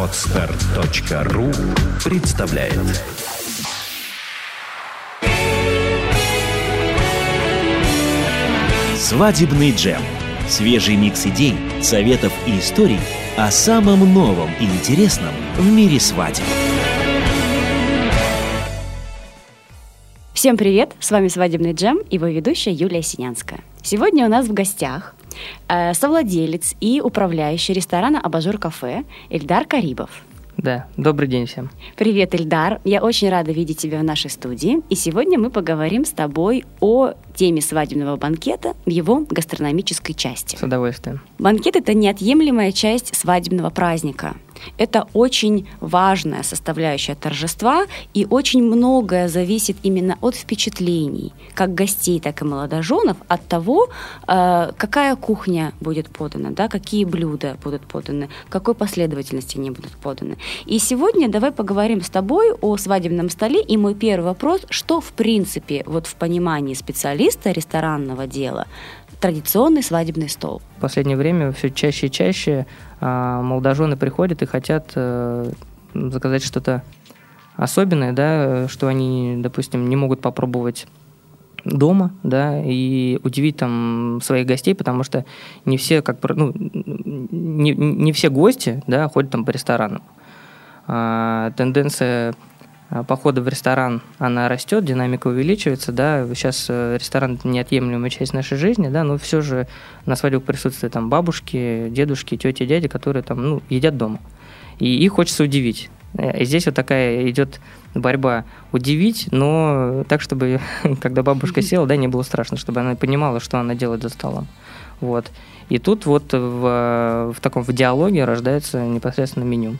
Podster.ru представляет. Свадебный джем. Свежий микс идей, советов и историй о самом новом и интересном в мире свадеб. Всем привет! С вами «Свадебный джем» и его ведущая Юлия Синянская. Сегодня у нас в гостях совладелец и управляющий ресторана «Абажур Кафе» Эльдар Карибов. Да, добрый день всем. Привет, Эльдар. Я очень рада видеть тебя в нашей студии. И сегодня мы поговорим с тобой о теме свадебного банкета в его гастрономической части. С удовольствием. Банкет – это неотъемлемая часть свадебного праздника. Это очень важная составляющая торжества, и очень многое зависит именно от впечатлений, как гостей, так и молодоженов, от того, какая кухня будет подана, да, какие блюда будут поданы, в какой последовательности они будут поданы. И сегодня давай поговорим с тобой о свадебном столе, и мой первый вопрос, что в принципе вот в понимании специалиста ресторанного дела традиционный свадебный стол? В последнее время все чаще и чаще молодожены приходят и хотят заказать что-то особенное, да, что они, допустим, не могут попробовать дома, да, и удивить там своих гостей, потому что не все, не все гости, да, ходят там по ресторанам. Тенденция похода в ресторан, она растет, динамика увеличивается, да, сейчас ресторан – неотъемлемая часть нашей жизни, да, но все же на свадьбах присутствуют там бабушки, дедушки, тети, дяди, которые там, едят дома, и их хочется удивить. И здесь вот такая идет борьба удивить, но так, чтобы, когда бабушка села, да, не было страшно, чтобы она понимала, что она делает за столом, вот. И тут вот в таком диалоге рождается непосредственно меню.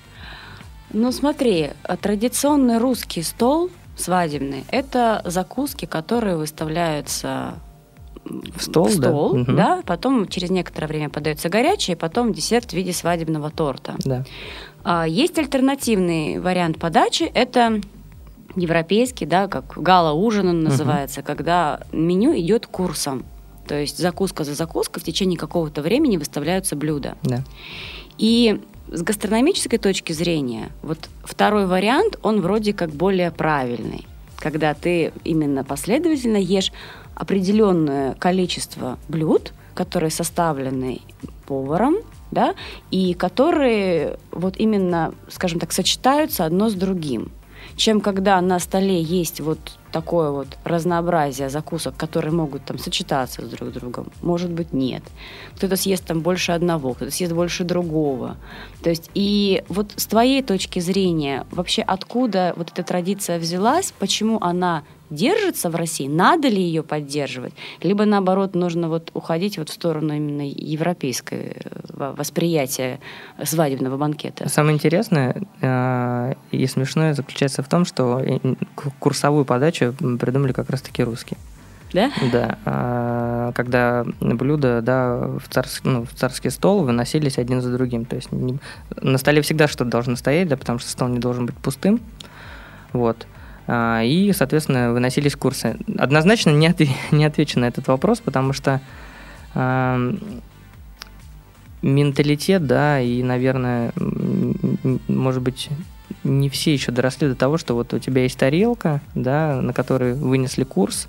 Ну смотри, традиционный русский стол свадебный – это закуски, которые выставляются в стол, да, потом через некоторое время подается горячее, и потом десерт в виде свадебного торта. Да. Есть альтернативный вариант подачи – это европейский, да, как гала-ужин он называется, когда меню идет курсом, то есть закуска за закуской в течение какого-то времени выставляются блюда. Да. И с гастрономической точки зрения, вот второй вариант, он вроде как более правильный, когда ты именно последовательно ешь определенное количество блюд, которые составлены поваром, да, и которые вот именно, скажем так, сочетаются одно с другим, чем когда на столе есть вот такое вот разнообразие закусок, которые могут там сочетаться с друг другом. Может быть, нет. Кто-то съест там больше одного, кто-то съест больше другого. То есть, и вот с твоей точки зрения, вообще откуда вот эта традиция взялась, почему она держится в России, надо ли ее поддерживать, либо наоборот нужно вот уходить вот в сторону именно европейского восприятия свадебного банкета? Самое интересное и смешное заключается в том, что курсовую подачу придумали как раз-таки русские. Да? Да. Когда блюда, да, в царский стол выносились один за другим. То есть на столе всегда что-то должно стоять, да, потому что стол не должен быть пустым. Вот. И, соответственно, выносились курсы. Однозначно не отвечу на этот вопрос, потому что менталитет, да, и, наверное, может быть, не все еще доросли до того, что вот у тебя есть тарелка, да, на которой вынесли курс,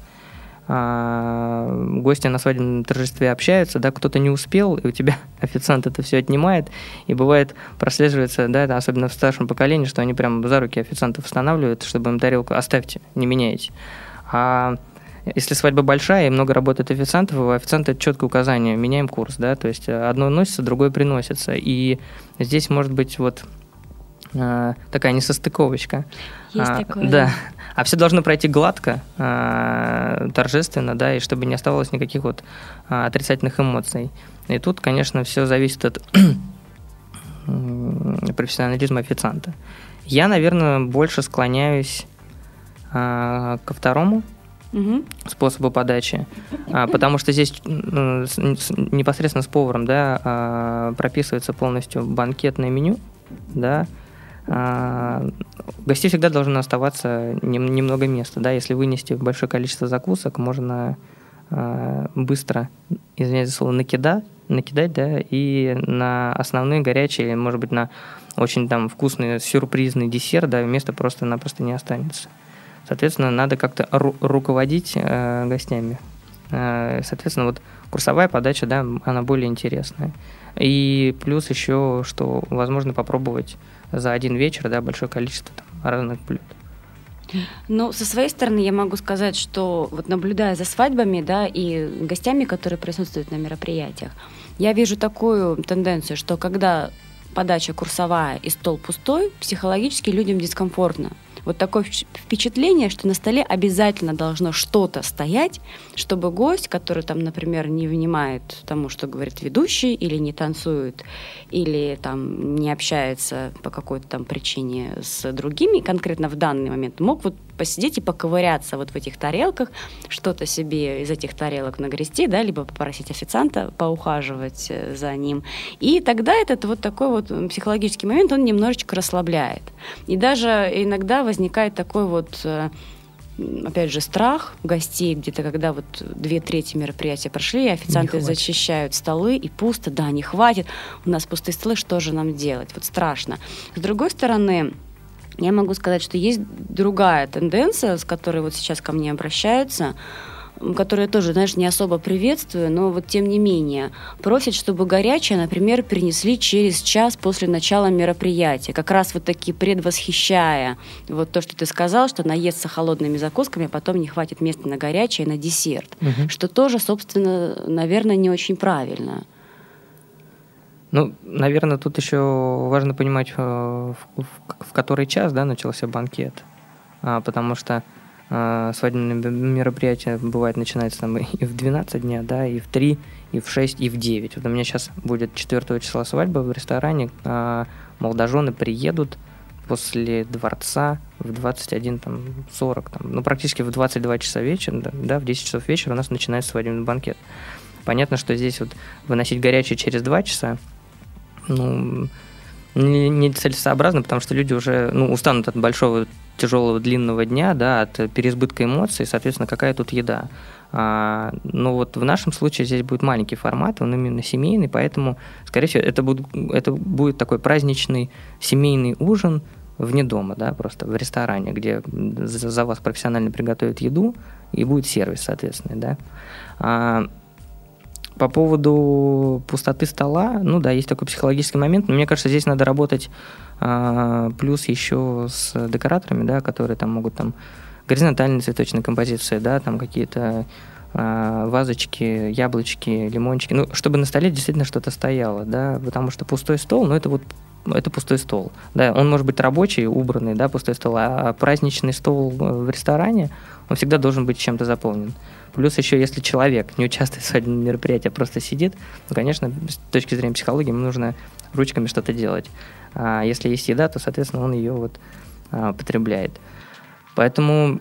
гости на свадебном торжестве общаются, да, кто-то не успел, и у тебя официант это все отнимает, и бывает, прослеживается, да, особенно в старшем поколении, что они прям за руки официантов устанавливают, чтобы им тарелку оставьте, не меняйте. А если свадьба большая и много работает официантов, у официанта четкое указание, меняем курс, да, то есть одно носится, другое приносится, и здесь может быть вот такая несостыковочка. Есть такое. Да. А все должно пройти гладко, торжественно, да, и чтобы не оставалось никаких вот отрицательных эмоций. И тут, конечно, все зависит от профессионализма официанта. Я, наверное, больше склоняюсь ко второму способу подачи, потому что здесь непосредственно с поваром, да, прописывается полностью банкетное меню, да. Гостей всегда должно оставаться немного места, да, если вынести большое количество закусок, можно быстро, извиняюсь за слово, накидать, накидать, да, и на основные горячие, может быть, на очень там вкусный сюрпризный десерт, да, места просто-напросто не останется. Соответственно, надо как-то руководить гостями. Соответственно, вот курсовая подача, да, она более интересная. И плюс еще, что возможно попробовать за один вечер, да, большое количество там разных блюд. Ну, со своей стороны я могу сказать, что вот наблюдая за свадьбами, да, и гостями, которые присутствуют на мероприятиях, я вижу такую тенденцию, что когда подача курсовая и стол пустой, психологически людям дискомфортно. Вот такое впечатление, что на столе обязательно должно что-то стоять, чтобы гость, который там, например, не внимает тому, что говорит ведущий, или не танцует, или там не общается по какой-то там причине с другими, конкретно в данный момент, мог вот посидеть и поковыряться вот в этих тарелках, что-то себе из этих тарелок нагрести, да, либо попросить официанта поухаживать за ним. И тогда этот вот такой вот психологический момент, он немножечко расслабляет. И даже иногда возникает такой вот, опять же, страх гостей, где-то когда вот 2/3 мероприятия прошли, и официанты зачищают столы, и пусто, да, не хватит, у нас пустые столы, что же нам делать? Вот страшно. С другой стороны, я могу сказать, что есть другая тенденция, с которой вот сейчас ко мне обращаются, которую я тоже, знаешь, не особо приветствую, но вот тем не менее просят, чтобы горячее, например, принесли через час после начала мероприятия, как раз вот таки предвосхищая вот то, что ты сказал, что наесться холодными закусками, а потом не хватит места на горячее, на десерт, что тоже, собственно, наверное, не очень правильно. Ну, наверное, тут еще важно понимать, в который час, да, начался банкет, потому что свадебное мероприятие бывает начинается там и в 12 дня, да, и в 3, и в 6, и в 9. Вот у меня сейчас будет 4 числа свадьба в ресторане, молодожены приедут после дворца в 21:40, ну, практически в 22 часа вечера, да, в 10 часов вечера у нас начинается свадебный банкет. Понятно, что здесь вот выносить горячее через 2 часа, ну, не целесообразно, потому что люди уже, ну, устанут от большого, тяжелого, длинного дня, да, от переизбытка эмоций, соответственно, какая тут еда. Но вот в нашем случае здесь будет маленький формат, он именно семейный, поэтому, скорее всего, это будет такой праздничный семейный ужин вне дома, да, просто в ресторане, где за вас профессионально приготовят еду и будет сервис, соответственно, да. По поводу пустоты стола, ну да, есть такой психологический момент, но мне кажется, здесь надо работать плюс еще с декораторами, да, которые там могут там горизонтальные цветочные композиции, да, там какие-то вазочки, яблочки, лимончики, ну, чтобы на столе действительно что-то стояло, да, потому что пустой стол, ну, это пустой стол, да, он может быть рабочий, убранный, да, пустой стол, а праздничный стол в ресторане, он всегда должен быть чем-то заполнен. Плюс еще, если человек не участвует в свадебном мероприятии, а просто сидит, ну, конечно, с точки зрения психологии, ему нужно ручками что-то делать. А если есть еда, то, соответственно, он ее вот потребляет. Поэтому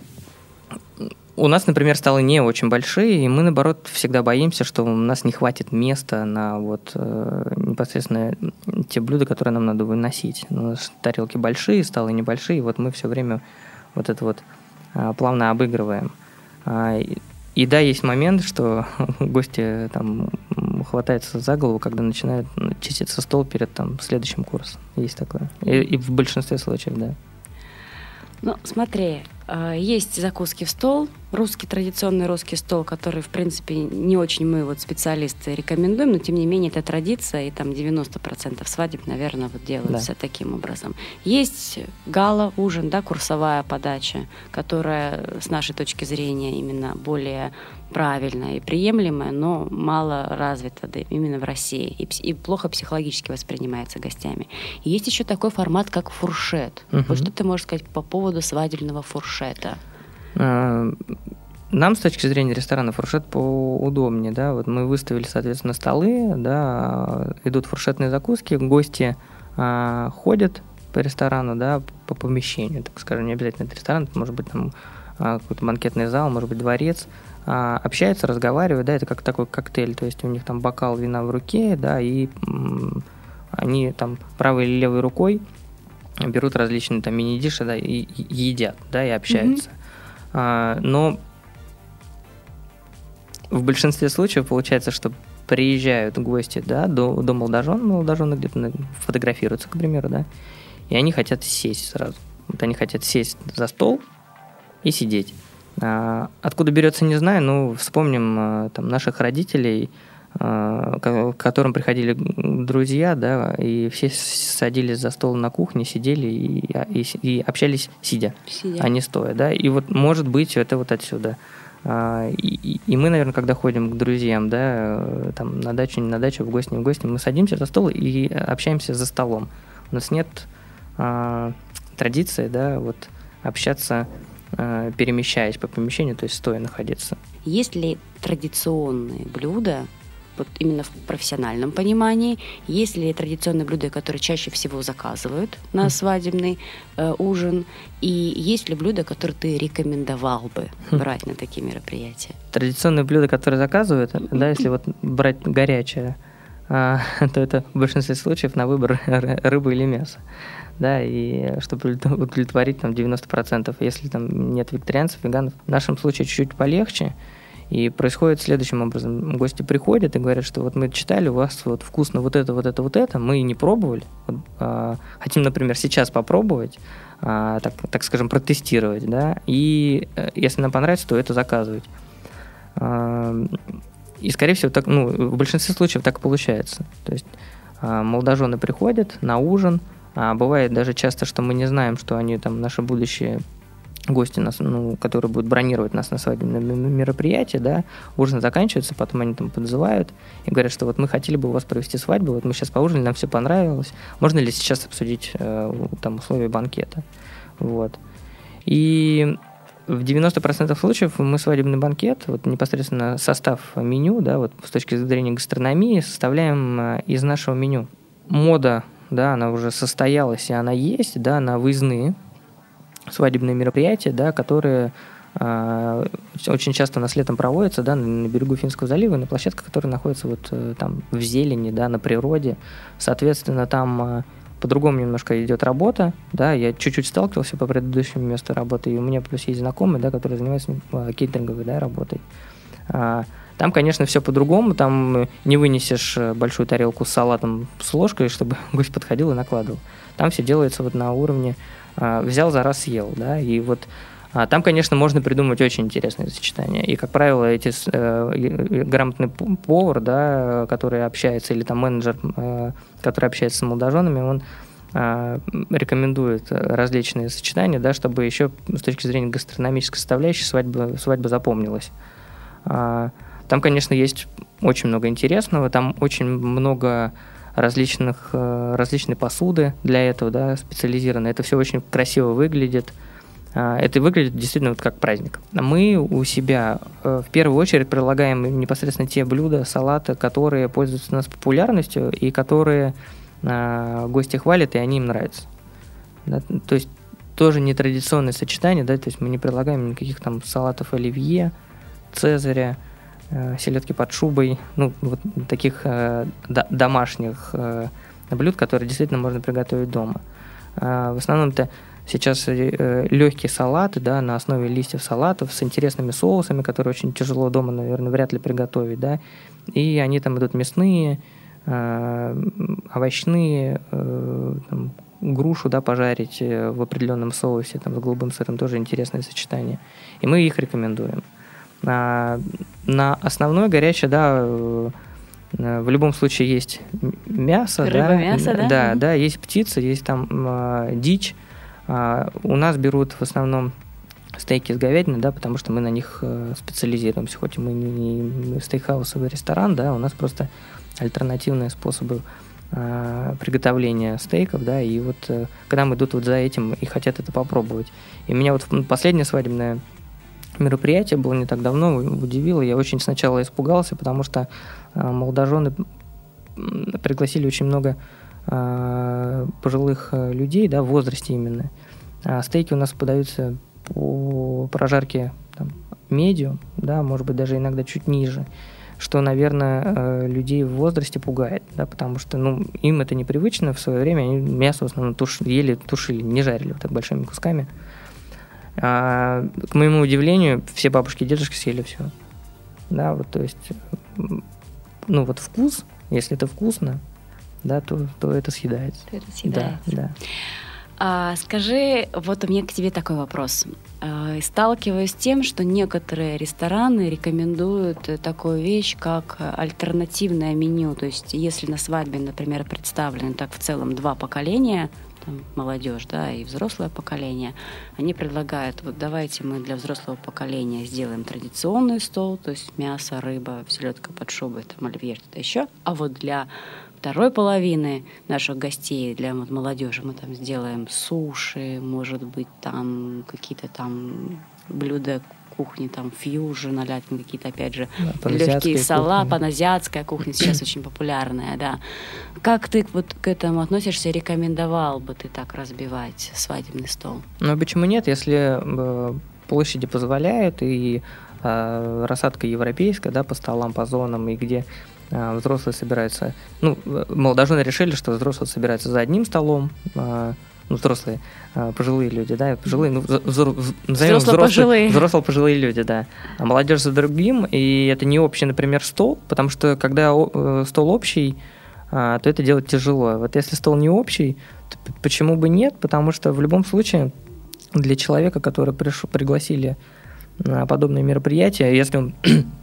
у нас, например, столы не очень большие, и мы, наоборот, всегда боимся, что у нас не хватит места на вот непосредственно те блюда, которые нам надо выносить. У нас тарелки большие, столы небольшие, и вот мы все время вот это вот плавно обыгрываем. И да, есть момент, что гости там хватаются за голову, когда начинают чиститься стол перед там следующим курсом. Есть такое. И в большинстве случаев, да. Ну, смотри, есть закуски в стол, традиционный русский стол, который, в принципе, не очень мы, вот, специалисты, рекомендуем, но, тем не менее, это традиция, и там 90% свадеб, наверное, вот делаются таким образом. Есть гала, ужин, да, курсовая подача, которая, с нашей точки зрения, именно более правильная и приемлемая, но мало развита, да, именно в России, и плохо психологически воспринимается гостями. И есть еще такой формат, как фуршет. Вот что ты можешь сказать по поводу свадебного фуршета? Нам с точки зрения ресторана фуршет поудобнее, да, вот мы выставили, соответственно, столы, да, идут фуршетные закуски, гости ходят по ресторану, да, по помещению, так скажем, не обязательно это ресторан, это может быть там какой-то банкетный зал, может быть дворец, общаются, разговаривают, да, это как такой коктейль, то есть у них там бокал вина в руке, да, и они там правой или левой рукой берут различные там мини-диши, да, и едят, да, и общаются. Но в большинстве случаев получается, что приезжают гости, да, до молодожены где-то фотографируются, к примеру, да, и они хотят сесть сразу. Вот они хотят сесть за стол и сидеть. Откуда берется, не знаю, но вспомним там наших родителей, к которым приходили друзья, да, и все садились за стол на кухне, сидели и общались сидя, а не стоя, да, и вот, может быть, это вот отсюда. И мы, наверное, когда ходим к друзьям, да, там, на дачу, не на дачу, в гости, мы садимся за стол и общаемся за столом. У нас нет традиции, да, вот, общаться, перемещаясь по помещению, то есть стоя находиться. Есть ли традиционные блюда, вот именно в профессиональном понимании, есть ли традиционные блюда, которые чаще всего заказывают на свадебный ужин, и есть ли блюда, которые ты рекомендовал бы брать на такие мероприятия? Традиционные блюда, которые заказывают, да, если вот брать горячее, то это в большинстве случаев на выбор рыба или мясо. Да, и чтобы удовлетворить там 90%, если там нет вегетарианцев, веганов. В нашем случае чуть-чуть полегче. И происходит следующим образом. Гости приходят и говорят, что вот мы читали, у вас вот вкусно вот это, мы не пробовали. Вот, хотим, например, сейчас попробовать, так скажем, протестировать, да, и если нам понравится, то это заказывать. И, скорее всего, так, в большинстве случаев так и получается. То есть молодожены приходят на ужин, бывает даже часто, что мы не знаем, что они там наши будущие гости, нас, которые будут бронировать нас на свадебное мероприятие, да, ужин заканчивается, потом они там подзывают и говорят, что вот мы хотели бы у вас провести свадьбу, вот мы сейчас поужинали, нам все понравилось, можно ли сейчас обсудить там условия банкета, вот. И в 90% случаев мы свадебный банкет, вот непосредственно состав меню, да, вот с точки зрения гастрономии, составляем из нашего меню. Мода, да, она уже состоялась, и она есть, да, на выездные свадебные мероприятия, да, которые очень часто у нас летом проводятся, да, на берегу Финского залива, на площадке, которая находится вот там в зелени, да, на природе. Соответственно, там по-другому немножко идет работа, да, я чуть-чуть сталкивался по предыдущему месту работы, и у меня плюс есть знакомый, да, который занимается кейтеринговой, да, работой. Там, конечно, все по-другому, там не вынесешь большую тарелку с салатом с ложкой, чтобы гость подходил и накладывал. Там все делается вот на уровне взял за раз съел, да, и вот там, конечно, можно придумать очень интересные сочетания, и, как правило, эти грамотный повар, да, который общается, или там менеджер, который общается с молодоженами, он рекомендует различные сочетания, да, чтобы еще с точки зрения гастрономической составляющей свадьба запомнилась. Там, конечно, есть очень много интересного, там очень много различной посуды для этого, да, специализированной. Это все очень красиво выглядит. Это выглядит действительно вот как праздник. Мы у себя в первую очередь предлагаем непосредственно те блюда, салаты, которые пользуются у нас популярностью и которые гости хвалят, и они им нравятся. Да, то есть тоже нетрадиционное сочетание, да, то есть мы не предлагаем никаких там салатов оливье, цезаря, селедки под шубой, вот таких домашних блюд, которые действительно можно приготовить дома. В основном-то сейчас легкие салаты, да, на основе листьев салатов с интересными соусами, которые очень тяжело дома, наверное, вряд ли приготовить, да, и они там идут мясные, овощные, там, грушу, да, пожарить в определенном соусе, там, с голубым сыром, тоже интересное сочетание, и мы их рекомендуем. На основное горячее, да, в любом случае есть мясо, рыба, да, мясо, да? Да, есть птица, есть там дичь. У нас берут в основном стейки с говядиной, да, потому что мы на них специализируемся, хоть и мы не стейкхаусовый ресторан, да, у нас просто альтернативные способы приготовления стейков, да, и вот к нам идут вот за этим и хотят это попробовать. И меня вот последнее свадебное мероприятие было не так давно, удивило. Я очень сначала испугался, потому что молодожены пригласили очень много пожилых людей, да, в возрасте именно. Стейки у нас подаются по прожарке медиум, да, может быть, даже иногда чуть ниже, что, наверное, людей в возрасте пугает, да, потому что, им это непривычно. В свое время они мясо в основном ели, тушили, не жарили вот так большими кусками. К моему удивлению, все бабушки и дедушки съели все. Да, вот, то есть ну, вот вкус, если это вкусно, да, то это съедается. Это съедается. Да. Скажи, вот у меня к тебе такой вопрос. Сталкиваюсь с тем, что некоторые рестораны рекомендуют такую вещь, как альтернативное меню. То есть если на свадьбе, например, представлены так в целом 2 поколения, там, молодежь, да, и взрослое поколение, они предлагают, вот давайте мы для взрослого поколения сделаем традиционный стол, то есть мясо, рыба, селедка под шубой, там, оливье, что-то еще, а вот для второй половины наших гостей, для молодежи, мы там сделаем суши, может быть, там какие-то там блюда кухни, там фьюжн, какие-то, опять же, легкие салаты, паназиатская кухня сейчас очень популярная, да. Как ты вот к этому относишься? Рекомендовал бы ты так разбивать свадебный стол? Ну, почему нет, если площади позволяют, и рассадка европейская, да, по столам, по зонам, и где взрослые собираются... Ну, молодожены решили, что взрослые собираются за одним столом, ну, взрослые, пожилые люди, да, пожилые, ну, взрослые пожилые люди, да, а молодежь за другим, и это не общий, например, стол, потому что когда стол общий, то это делать тяжело. Вот если стол не общий, то почему бы нет? Потому что в любом случае для человека, который пригласили на подобное мероприятие, если он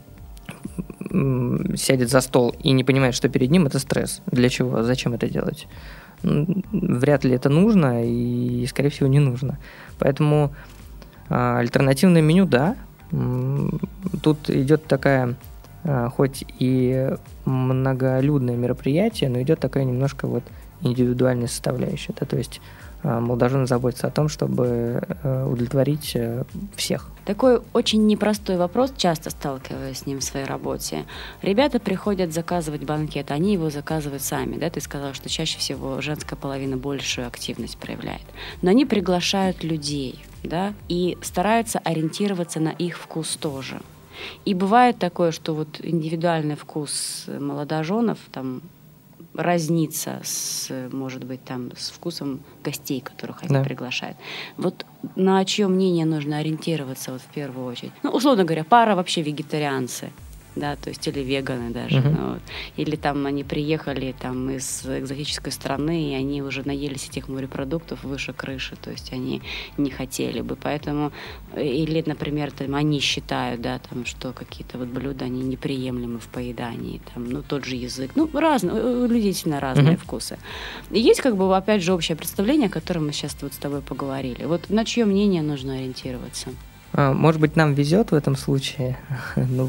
сядет за стол и не понимает, что перед ним, это стресс. Для чего? Зачем это делать? Вряд ли это нужно и, скорее всего, не нужно. Поэтому альтернативное меню, да. Тут идет такая, хоть и многолюдное мероприятие, но идет такая немножко вот индивидуальная составляющая. Да? То есть молодожены заботятся о том, чтобы удовлетворить всех. Такой очень непростой вопрос, часто сталкиваюсь с ним в своей работе. Ребята приходят заказывать банкет, они его заказывают сами, да? Ты сказала, что чаще всего женская половина большую активность проявляет. Но они приглашают людей, да, и стараются ориентироваться на их вкус тоже. И бывает такое, что вот индивидуальный вкус молодоженов там разнится с, может быть, там, с вкусом гостей, которых они приглашают. Вот на чье мнение нужно ориентироваться вот в первую очередь? Ну, условно говоря, пара вообще вегетарианцы, да, то есть или веганы даже, ну, вот. Или там они приехали там из экзотической страны, и они уже наелись этих морепродуктов выше крыши, то есть они не хотели бы, поэтому, или, например, там, они считают, да, там, что какие-то вот блюда, они неприемлемы в поедании, там, ну, тот же язык, ну, разные, у людей действительно разные вкусы. И есть, как бы, опять же, общее представление, о котором мы сейчас вот с тобой поговорили. Вот на чье мнение нужно ориентироваться? Может быть, нам везет в этом случае, но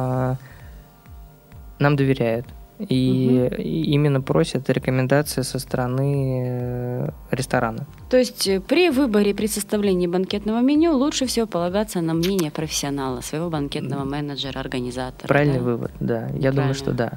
нам доверяют. И именно просят рекомендации со стороны ресторана. То есть при выборе, при составлении банкетного меню лучше всего полагаться на мнение профессионала, своего банкетного менеджера, организатора. Правильный вывод, да. Я думаю, что да.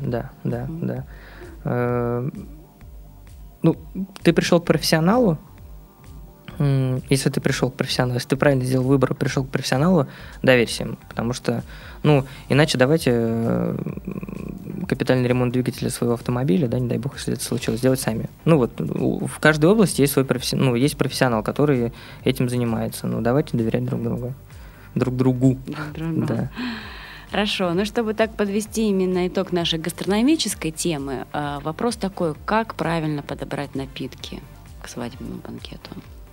Ну, ты пришел к профессионалу. Если ты пришел к профессионалу, если ты правильно сделал выбор и пришел к профессионалу, доверься ему, потому что, ну, иначе давайте капитальный ремонт двигателя своего автомобиля, да, не дай бог, если это случилось, сделать сами. Ну, вот в каждой области есть свой профессионал, ну, есть профессионал, который этим занимается. Ну, давайте доверять друг другу. Да. Хорошо, ну, чтобы так подвести именно итог нашей гастрономической темы, вопрос такой, как правильно подобрать напитки к свадебному банкету?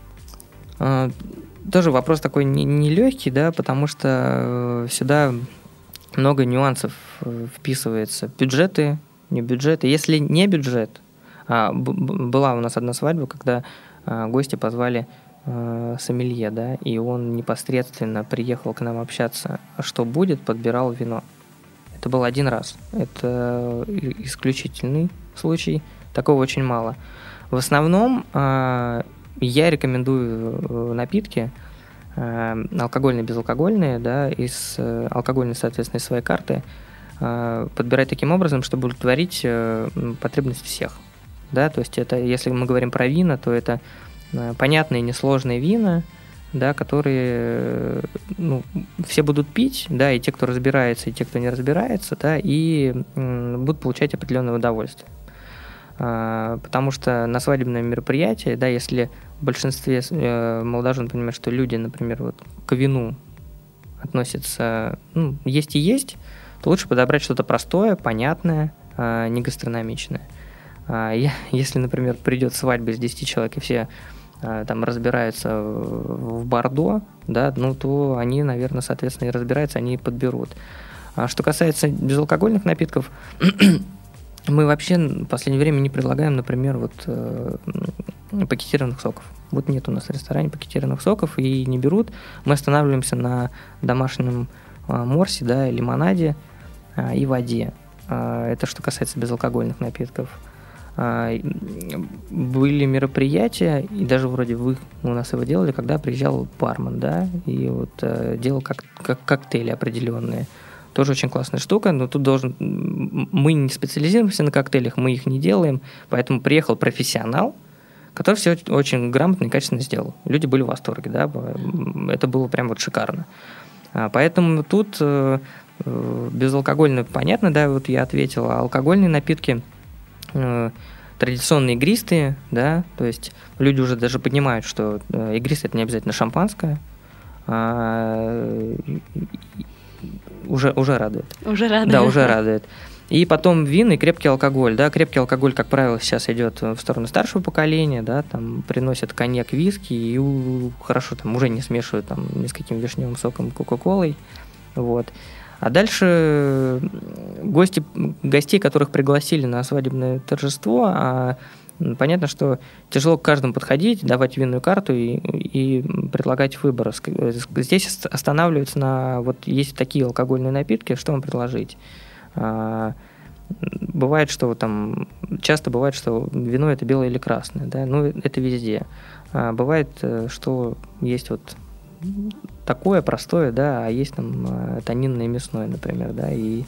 Тоже вопрос такой нелегкий, да, потому что сюда много нюансов вписывается. Бюджеты, не бюджеты. Если не бюджет, была у нас одна свадьба, когда гости позвали сомелье, да, и он непосредственно приехал к нам общаться, что будет, подбирал вино. Это был один раз. Это исключительный случай. Такого очень мало. В основном я рекомендую напитки алкогольные, безалкогольные, да, из алкогольной, соответственно, из своей карты подбирать таким образом, чтобы удовлетворить потребность всех. Да, то есть это, если мы говорим про вина, то это понятные, несложные вина, да, которые, ну, все будут пить, да, и те, кто разбирается, и те, кто не разбирается, да, и будут получать определенное удовольствие. Потому что на свадебное мероприятие, да, если в большинстве молодожен понимают, что люди, например, вот к вину относятся, ну, есть и есть, то лучше подобрать что-то простое, понятное, не гастрономичное. Если, например, придет свадьба из 10 человек, и все там разбираются в бордо, да, ну, то они, наверное, соответственно, и разбираются, они и подберут. А что касается безалкогольных напитков, мы вообще в последнее время не предлагаем, например, вот пакетированных соков. Вот нет у нас в ресторане пакетированных соков, и не берут. Мы останавливаемся на домашнем морсе, да, лимонаде и воде. Это что касается безалкогольных напитков. Были мероприятия, и даже вроде вы у нас его делали, когда приезжал бармен, да, и вот делал коктейли определенные. Тоже очень классная штука, но тут мы не специализируемся на коктейлях, мы их не делаем, поэтому приехал профессионал, который все очень грамотно и качественно сделал. Люди были в восторге, да, это было прям вот шикарно. Поэтому тут безалкогольно понятно, да, вот я ответил, а алкогольные напитки традиционные игристые, да, то есть люди уже даже понимают, что игристое – это не обязательно шампанское, уже радует. Уже радует. Да, уже радует. И потом вин и крепкий алкоголь, да, крепкий алкоголь, как правило, сейчас идет в сторону старшего поколения, да, там приносят коньяк, виски, и хорошо, там уже не смешивают там ни с каким вишневым соком, кока-колой, вот. А дальше гостей, которых пригласили на свадебное торжество, понятно, что тяжело к каждому подходить, давать винную карту и предлагать выбор. Здесь останавливаются на... Вот есть такие алкогольные напитки, что вам предложить? Бывает, что там... Часто бывает, что вино – это белое или красное, да? Ну, это везде. Бывает, что есть вот такое простое, да, а есть там тонинное мясное, например, да, и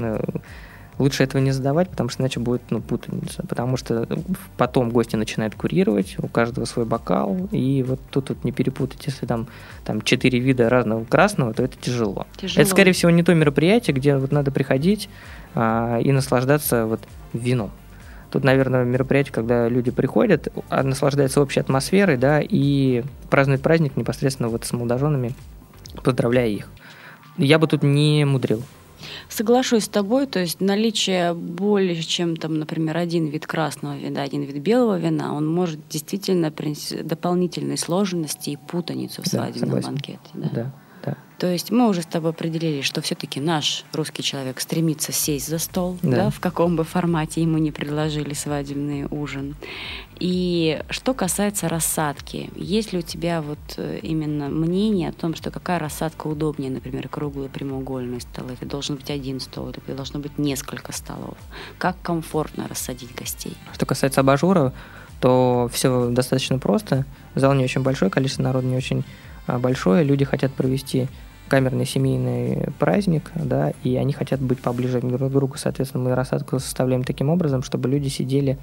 лучше этого не задавать, потому что иначе будет путаница, потому что потом гости начинают курировать, у каждого свой бокал, и вот тут не перепутать, если там 4 вида разного красного, то это тяжело. Это, скорее всего, не то мероприятие, где вот надо приходить и наслаждаться вот вином. Тут, наверное, мероприятие, когда люди приходят, наслаждаются общей атмосферой, да, и празднуют праздник непосредственно вот с молодоженами, поздравляя их. Я бы тут не мудрил. Соглашусь с тобой, то есть наличие более чем, там, например, один вид красного вина, один вид белого вина, он может действительно принести дополнительные сложности и путаницу в свадебном банкете. Да. То есть мы уже с тобой определили, что все-таки наш русский человек стремится сесть за стол, да, в каком бы формате ему не предложили свадебный ужин. И что касается рассадки, есть ли у тебя вот именно мнение о том, что какая рассадка удобнее, например, круглые, прямоугольные столы? Это должен быть один стол, или должно быть несколько столов? Как комфортно рассадить гостей? Что касается абажура, то все достаточно просто. Зал не очень большой, количество народа не очень большое, люди хотят провести камерный семейный праздник, да, и они хотят быть поближе друг к другу, соответственно, мы рассадку составляем таким образом, чтобы люди сидели,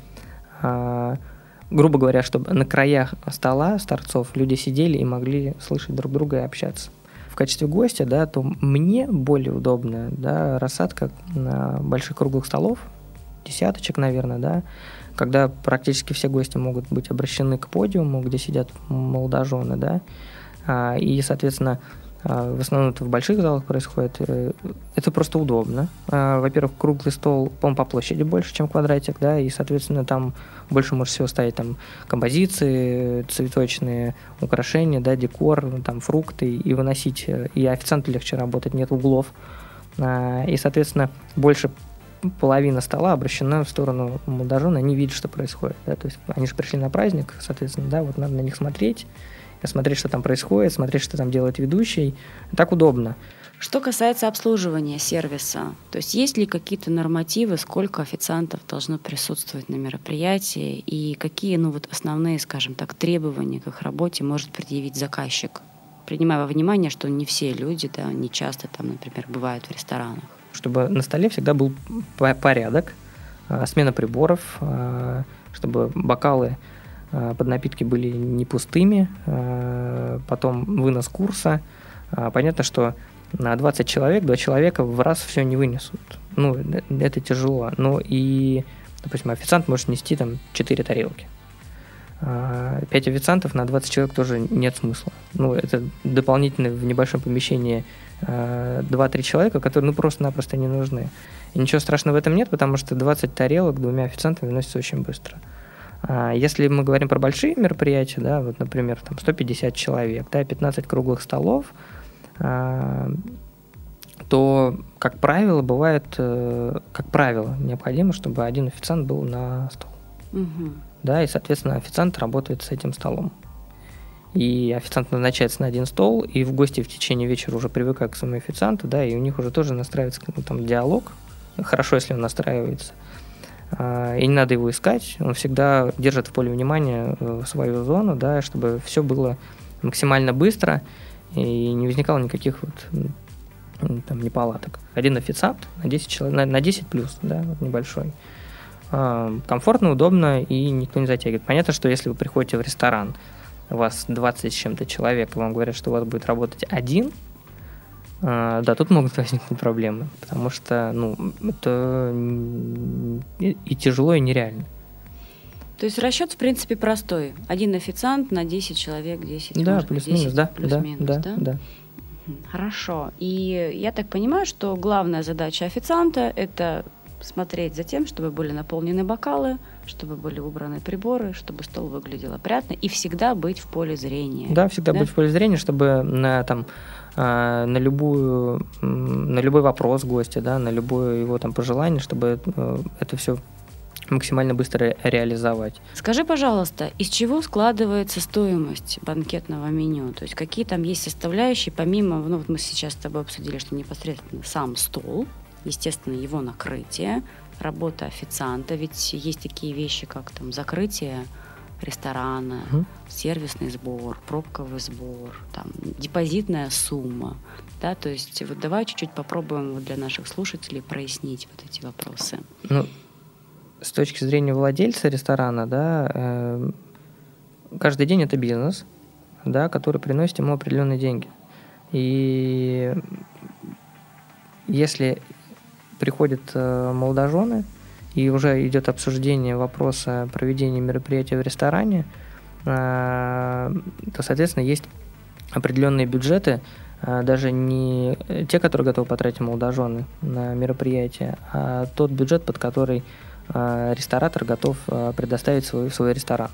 грубо говоря, чтобы на краях стола с торцов люди сидели и могли слышать друг друга и общаться. В качестве гостя, да, то мне более удобно, да, рассадка на больших круглых столов, десяточек, наверное, да, когда практически все гости могут быть обращены к подиуму, где сидят молодожены, да, и, соответственно, в основном это в больших залах происходит. Это просто удобно. Во-первых, круглый стол, по-моему, по площади больше, чем квадратик, да, и, соответственно, там больше может всего ставить там композиции, цветочные украшения, да, декор, там фрукты, и выносить, и официанту легче работать, нет углов. И, соответственно, больше половина стола обращена в сторону молодожен, они видят, что происходит, да, то есть они же пришли на праздник, соответственно, да, вот надо на них смотреть, что там происходит, смотреть, что там делает ведущий. Так удобно. Что касается обслуживания сервиса, то есть есть ли какие-то нормативы, сколько официантов должно присутствовать на мероприятии и какие, основные, скажем так, требования к их работе может предъявить заказчик, принимая во внимание, что не все люди, да, не часто там, например, бывают в ресторанах. Чтобы на столе всегда был порядок, смена приборов, чтобы бокалы под напитки были не пустыми, потом вынос курса. Понятно, что на 20 человек, 2 человека в раз все не вынесут. Это тяжело. И, допустим, официант может нести там 4 тарелки. 5 официантов на 20 человек тоже нет смысла. Ну, это дополнительно в небольшом помещении 2-3 человека, которые просто-напросто не нужны. И ничего страшного в этом нет, потому что 20 тарелок 2 официантами выносится очень быстро. Если мы говорим про большие мероприятия, да, вот, например, там 150 человек, да, 15 круглых столов, то, как правило, необходимо, чтобы один официант был на стол. Угу. Да, и, соответственно, официант работает с этим столом. И официант назначается на один стол, и в гости в течение вечера уже привыкают к своему официанту, да, и у них уже тоже настраивается там диалог. Хорошо, если он настраивается. И не надо его искать, он всегда держит в поле внимания свою зону, да, чтобы все было максимально быстро и не возникало никаких там неполадок. Один официант на 10 человек, на 10 плюс, да, вот небольшой. Комфортно, удобно и никто не затягивает. Понятно, что если вы приходите в ресторан, у вас 20 с чем-то человек, и вам говорят, что у вас будет работать один, да, тут могут возникнуть проблемы, потому что, это и тяжело, и нереально. То есть расчет, в принципе, простой. Один официант на 10 человек, 10, да, может, плюс-минус, 10, да, плюс-минус, да. Хорошо. И я так понимаю, что главная задача официанта – это смотреть за тем, чтобы были наполнены бокалы, чтобы были убраны приборы, чтобы стол выглядел опрятно, и всегда быть в поле зрения. Да, всегда быть в поле зрения, чтобы на любой вопрос гостя, да, на любое его там пожелание, чтобы это все максимально быстро реализовать. Скажи, пожалуйста, из чего складывается стоимость банкетного меню? То есть какие там есть составляющие, помимо, вот мы сейчас с тобой обсудили, что непосредственно сам стол, естественно, его накрытие, работа официанта, ведь есть такие вещи, как там закрытие ресторана, сервисный сбор, пробковый сбор, там, депозитная сумма, да, то есть вот давай чуть-чуть попробуем для наших слушателей прояснить вот эти вопросы. С точки зрения владельца ресторана, да, каждый день это бизнес, да, который приносит ему определенные деньги. И если приходят молодожены, и уже идет обсуждение вопроса проведения мероприятия в ресторане, то, соответственно, есть определенные бюджеты, даже не те, которые готовы потратить молодожены на мероприятие, а тот бюджет, под который ресторатор готов предоставить свой ресторан.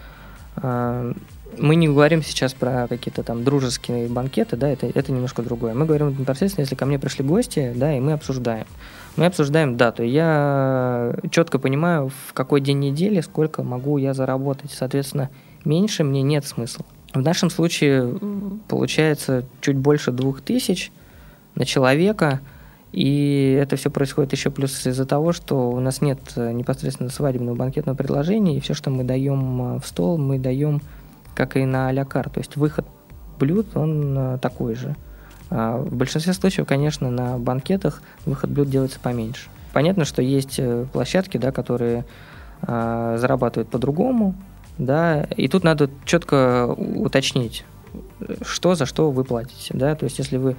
Мы не говорим сейчас про какие-то там дружеские банкеты, да, это немножко другое. Мы говорим непосредственно, если ко мне пришли гости, да, и мы обсуждаем. Мы обсуждаем дату. Я четко понимаю, в какой день недели сколько могу я заработать. Соответственно, меньше мне нет смысла. В нашем случае получается чуть больше 2000 на человека, и это все происходит еще плюс из-за того, что у нас нет непосредственно свадебного банкетного предложения, и все, что мы даем в стол, мы даем как и на а-ля карт. То есть выход блюд, он такой же. В большинстве случаев, конечно, на банкетах выход блюд делается поменьше. Понятно, что есть площадки, да, которые зарабатывают по-другому, да, и тут надо четко уточнить, что за что вы платите, да, то есть если вы,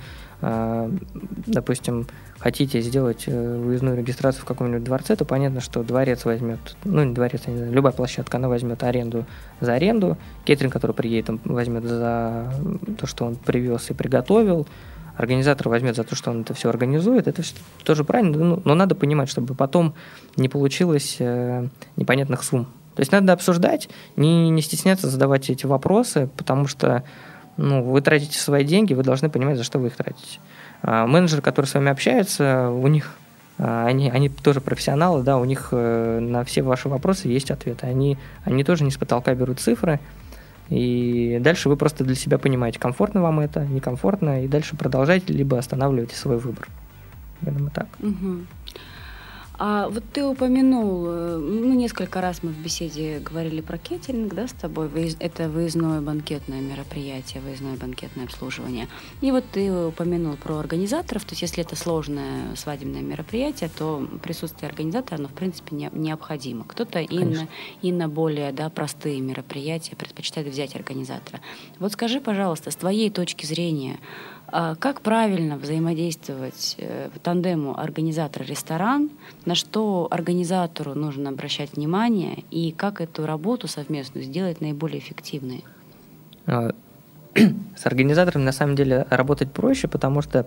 допустим, хотите сделать выездную регистрацию в каком-нибудь дворце, то понятно, что дворец возьмет, не дворец, а не знаю, любая площадка, она возьмет аренду за аренду, кейтеринг, который приедет, он возьмет за то, что он привез и приготовил, организатор возьмет за то, что он это все организует, это все тоже правильно, но надо понимать, чтобы потом не получилось непонятных сумм. То есть надо обсуждать, не стесняться задавать эти вопросы, потому что вы тратите свои деньги, вы должны понимать, за что вы их тратите. Менеджеры, которые с вами общаются, у них они тоже профессионалы, да, у них на все ваши вопросы есть ответы. Они тоже не с потолка берут цифры, и дальше вы просто для себя понимаете, комфортно вам это, некомфортно, и дальше продолжайте, либо останавливайте свой выбор. Я думаю, так. Угу. А вот ты упомянул, несколько раз мы в беседе говорили про кейтеринг, да, с тобой, это выездное банкетное мероприятие, выездное банкетное обслуживание. И вот ты упомянул про организаторов, то есть если это сложное свадебное мероприятие, то присутствие организатора, оно в принципе необходимо. Кто-то и на более, да, простые мероприятия предпочитает взять организатора. Вот скажи, пожалуйста, с твоей точки зрения, Как правильно взаимодействовать тандему организатор-ресторан, на что организатору нужно обращать внимание и как эту работу совместную сделать наиболее эффективной? С организатором на самом деле работать проще, потому что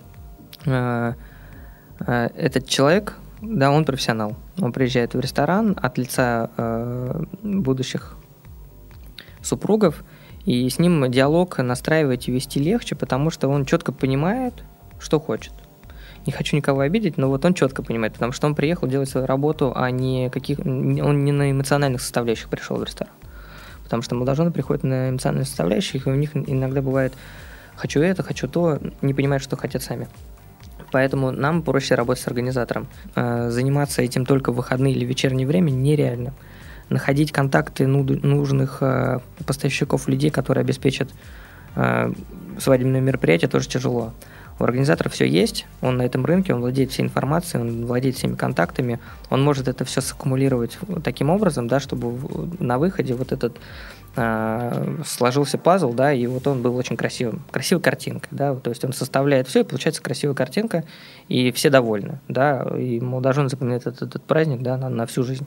этот человек, да, он профессионал. Он приезжает в ресторан от лица будущих супругов, и с ним диалог настраивать и вести легче, потому что он четко понимает, что хочет. Не хочу никого обидеть, но вот он четко понимает, потому что он приехал делать свою работу, а он не на эмоциональных составляющих пришел в ресторан. Потому что молодожены приходят на эмоциональные составляющие, и у них иногда бывает «хочу это, хочу то», не понимают, что хотят сами. Поэтому нам проще работать с организатором. Заниматься этим только в выходные или вечернее время нереально. Находить контакты нужных поставщиков людей, которые обеспечат свадебное мероприятие, тоже тяжело. У организатора все есть, он на этом рынке, он владеет всей информацией, он владеет всеми контактами, он может это все саккумулировать таким образом, да, чтобы на выходе вот этот сложился пазл, да, и вот он был очень красивым. Красивая картинка, да, то есть он составляет все, и получается красивая картинка, и все довольны, да, и молодожен запоминает этот праздник, да, на всю жизнь.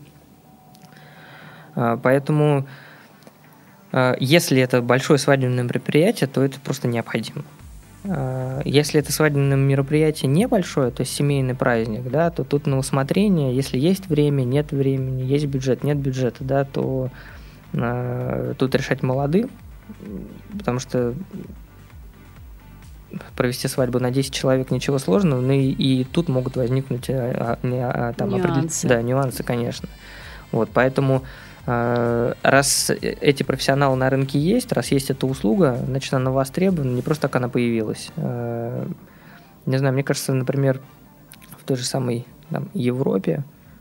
Поэтому, если это большое свадебное мероприятие, то это просто необходимо. Если это свадебное мероприятие небольшое, то есть семейный праздник, да, то тут на усмотрение, если есть время, нет времени, есть бюджет, нет бюджета, да, то тут решать молодым, потому что провести свадьбу на 10 человек ничего сложного, но и тут могут возникнуть нюансы, конечно. Вот, поэтому раз эти профессионалы на рынке есть, раз есть эта услуга, значит, она востребована, не просто так она появилась. Не знаю, мне кажется, например, в той же самой Европе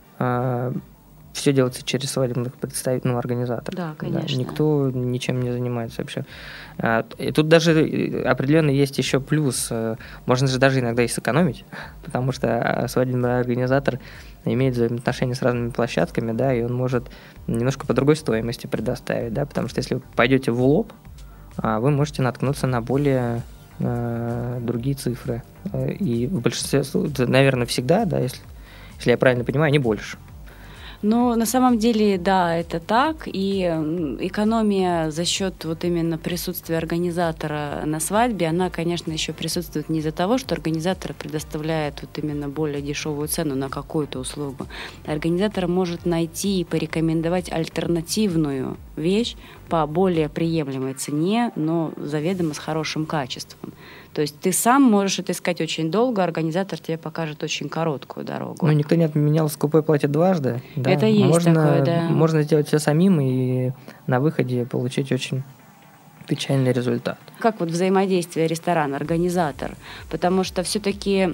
все делается через свадебных представителей, организаторов. Да, конечно. Да, никто ничем не занимается вообще. И тут даже определенно есть еще плюс. Можно же даже иногда и сэкономить, потому что свадебный организатор имеет взаимоотношения с разными площадками, да, и он может немножко по другой стоимости предоставить, да, потому что если вы пойдете в лоб, вы можете наткнуться на более другие цифры. И в большинстве случаев, наверное, всегда, да, если я правильно понимаю, не больше. Но на самом деле, да, это так, и экономия за счет вот именно присутствия организатора на свадьбе, она, конечно, еще присутствует не из-за того, что организатор предоставляет вот именно более дешевую цену на какую-то услугу. Организатор может найти и порекомендовать альтернативную вещь по более приемлемой цене, но заведомо с хорошим качеством. То есть ты сам можешь это искать очень долго, организатор тебе покажет очень короткую дорогу. Ну, никто не отменял скупое платье дважды. Да? Это есть такое, да. Можно сделать все самим и на выходе получить очень печальный результат. Как вот взаимодействие ресторан-организатор? Потому что все-таки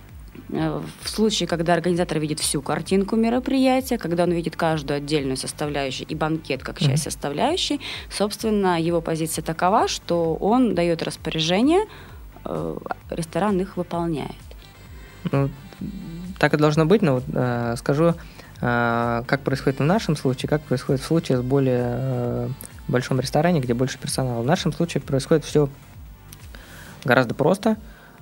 в случае, когда организатор видит всю картинку мероприятия, когда он видит каждую отдельную составляющую и банкет как часть составляющей, собственно, его позиция такова, что он дает распоряжение, ресторан их выполняет. Ну, так и должно быть, но вот, скажу, как происходит в нашем случае, как происходит в случае с более большом ресторане, где больше персонала. В нашем случае происходит все гораздо просто.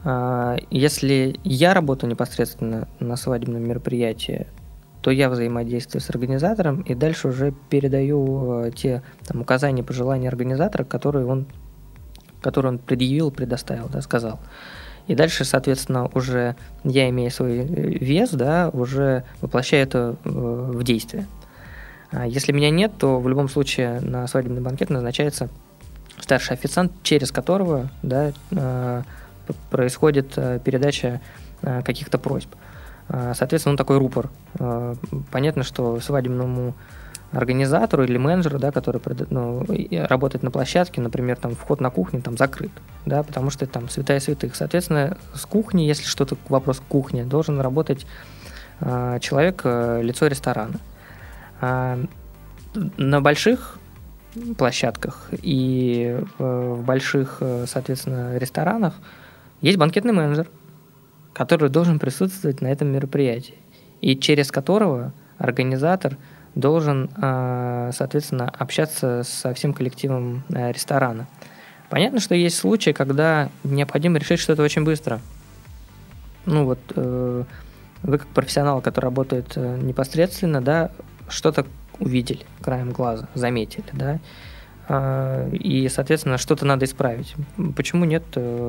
Если я работаю непосредственно на свадебном мероприятии, то я взаимодействую с организатором и дальше уже передаю те указания, пожелания организатора, которые он предъявил, предоставил, да, сказал. И дальше, соответственно, уже я, имея свой вес, да, уже воплощаю это в действие. Если меня нет, то в любом случае на свадебный банкет назначается старший официант, через которого, да, происходит передача каких-то просьб. Соответственно, он такой рупор. Понятно, что свадебному организатору или менеджеру, да, который работает на площадке, например, вход на кухню закрыт, да, потому что это святая святых. Соответственно, с кухни, если что-то, вопрос к кухне, должен работать человек, лицо ресторана. На больших площадках и в больших, соответственно, ресторанах есть банкетный менеджер, который должен присутствовать на этом мероприятии, и через которого организатор должен, соответственно, общаться со всем коллективом ресторана. Понятно, что есть случаи, когда необходимо решить что-то очень быстро. Ну вот вы как профессионал, который работает непосредственно, да, что-то увидели краем глаза, заметили, да, и, соответственно, что-то надо исправить. Почему нет?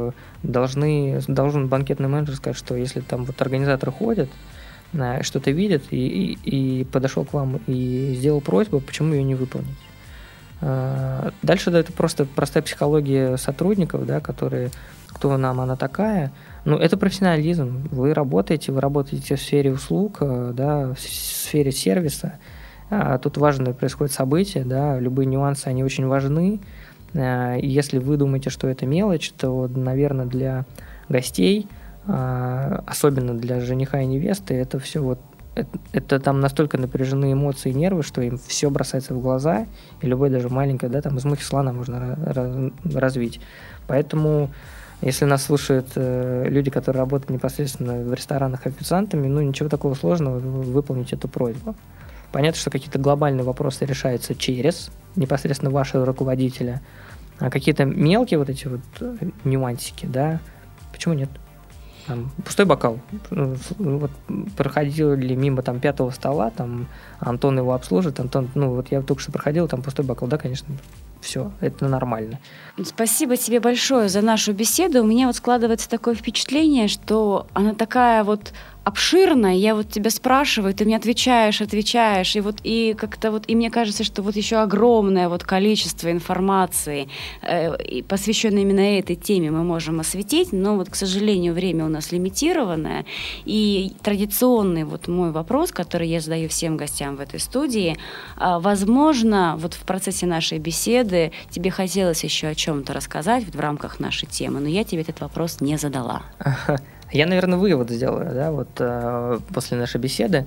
Должен банкетный менеджер сказать, что если там вот организаторы ходят, что-то видят и подошел к вам и сделал просьбу, почему ее не выполнить? Дальше да, это просто простая психология сотрудников, да, которые, кто нам она такая. Ну, это профессионализм. Вы работаете в сфере услуг, да, в сфере сервиса. Тут важные происходят события, да, любые нюансы, они очень важны. Если вы думаете, что это мелочь, то, наверное, для гостей, особенно для жениха и невесты, это все вот это там настолько напряжены эмоции и нервы, что им все бросается в глаза, и любой даже маленькое, да, там из мухи слона можно развить. Поэтому, если нас слушают люди, которые работают непосредственно в ресторанах официантами, ну, ничего такого сложного выполнить эту просьбу. Понятно, что какие-то глобальные вопросы решаются через непосредственно вашего руководителя, а какие-то мелкие вот эти вот нюансики, да, почему нет? Там, пустой бокал. Вот проходили мимо там 5-го стола, там Антон его обслужит, Антон, ну вот я только что проходил, там пустой бокал, да, конечно, все, это нормально. Спасибо тебе большое за нашу беседу. У меня вот складывается такое впечатление, что она такая вот обширная. Я вот тебя спрашиваю, ты мне отвечаешь, и как-то вот, и мне кажется, что вот еще огромное вот количество информации, посвященной именно этой теме, мы можем осветить, но вот, к сожалению, время у нас лимитированное, и традиционный вот мой вопрос, который я задаю всем гостям в этой студии, возможно, вот в процессе нашей беседы тебе хотелось еще о чем-то рассказать в рамках нашей темы, но я тебе этот вопрос не задала. Я, наверное, вывод сделаю, да, вот после нашей беседы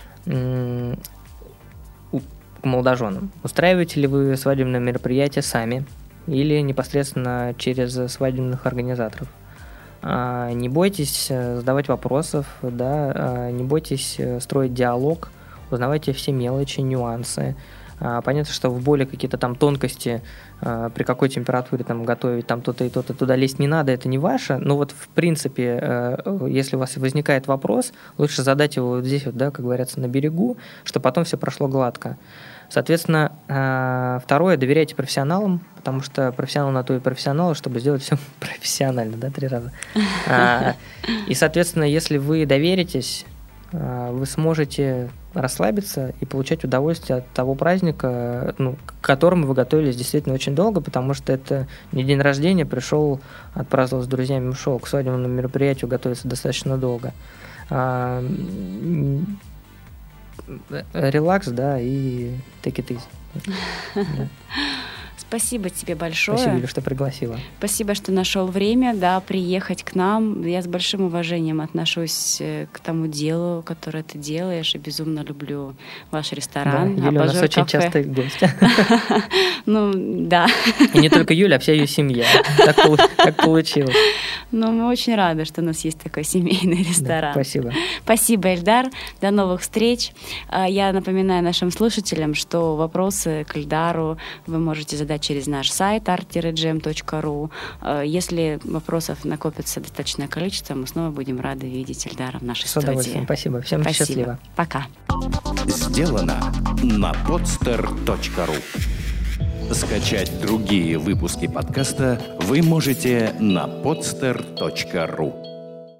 к молодоженам. Устраиваете ли вы свадебное мероприятие сами или непосредственно через свадебных организаторов? Не бойтесь задавать вопросов, да, не бойтесь строить диалог, узнавайте все мелочи, нюансы. Понятно, что в более какие-то там тонкости, при какой температуре там готовить, там то-то и то-то, туда лезть не надо, это не ваше. Но вот в принципе, если у вас возникает вопрос, лучше задать его вот здесь вот, да, как говорится, на берегу, чтобы потом все прошло гладко. Соответственно, второе, доверяйте профессионалам, потому что профессионал на то и профессионал, чтобы сделать все профессионально, да, 3 раза. И, соответственно, если вы доверитесь, вы сможете расслабиться и получать удовольствие от того праздника, ну, к которому вы готовились действительно очень долго, потому что это не день рождения, пришел, отпраздновал с друзьями, ушел, к свадебному мероприятию готовиться достаточно долго. Релакс, да, и take it easy. Да. Спасибо тебе большое. Спасибо, Юля, что пригласила. Спасибо, что нашел время, да, приехать к нам. Я с большим уважением отношусь к тому делу, которое ты делаешь, и безумно люблю ваш ресторан. Да, Юля у нас очень частый гость. Ну, да. И не только Юля, а вся ее семья. Так получилось. Но мы очень рады, что у нас есть такой семейный ресторан. Да, спасибо. Спасибо, Эльдар. До новых встреч. Я напоминаю нашим слушателям, что вопросы к Эльдару вы можете задать через наш сайт art-gem.ru. Если вопросов накопится достаточное количество, мы снова будем рады видеть Эльдара в нашей студии. С удовольствием. Спасибо. Всем счастливо. Пока. Сделано на podster.ru. Скачать другие выпуски подкаста вы можете на podster.ru.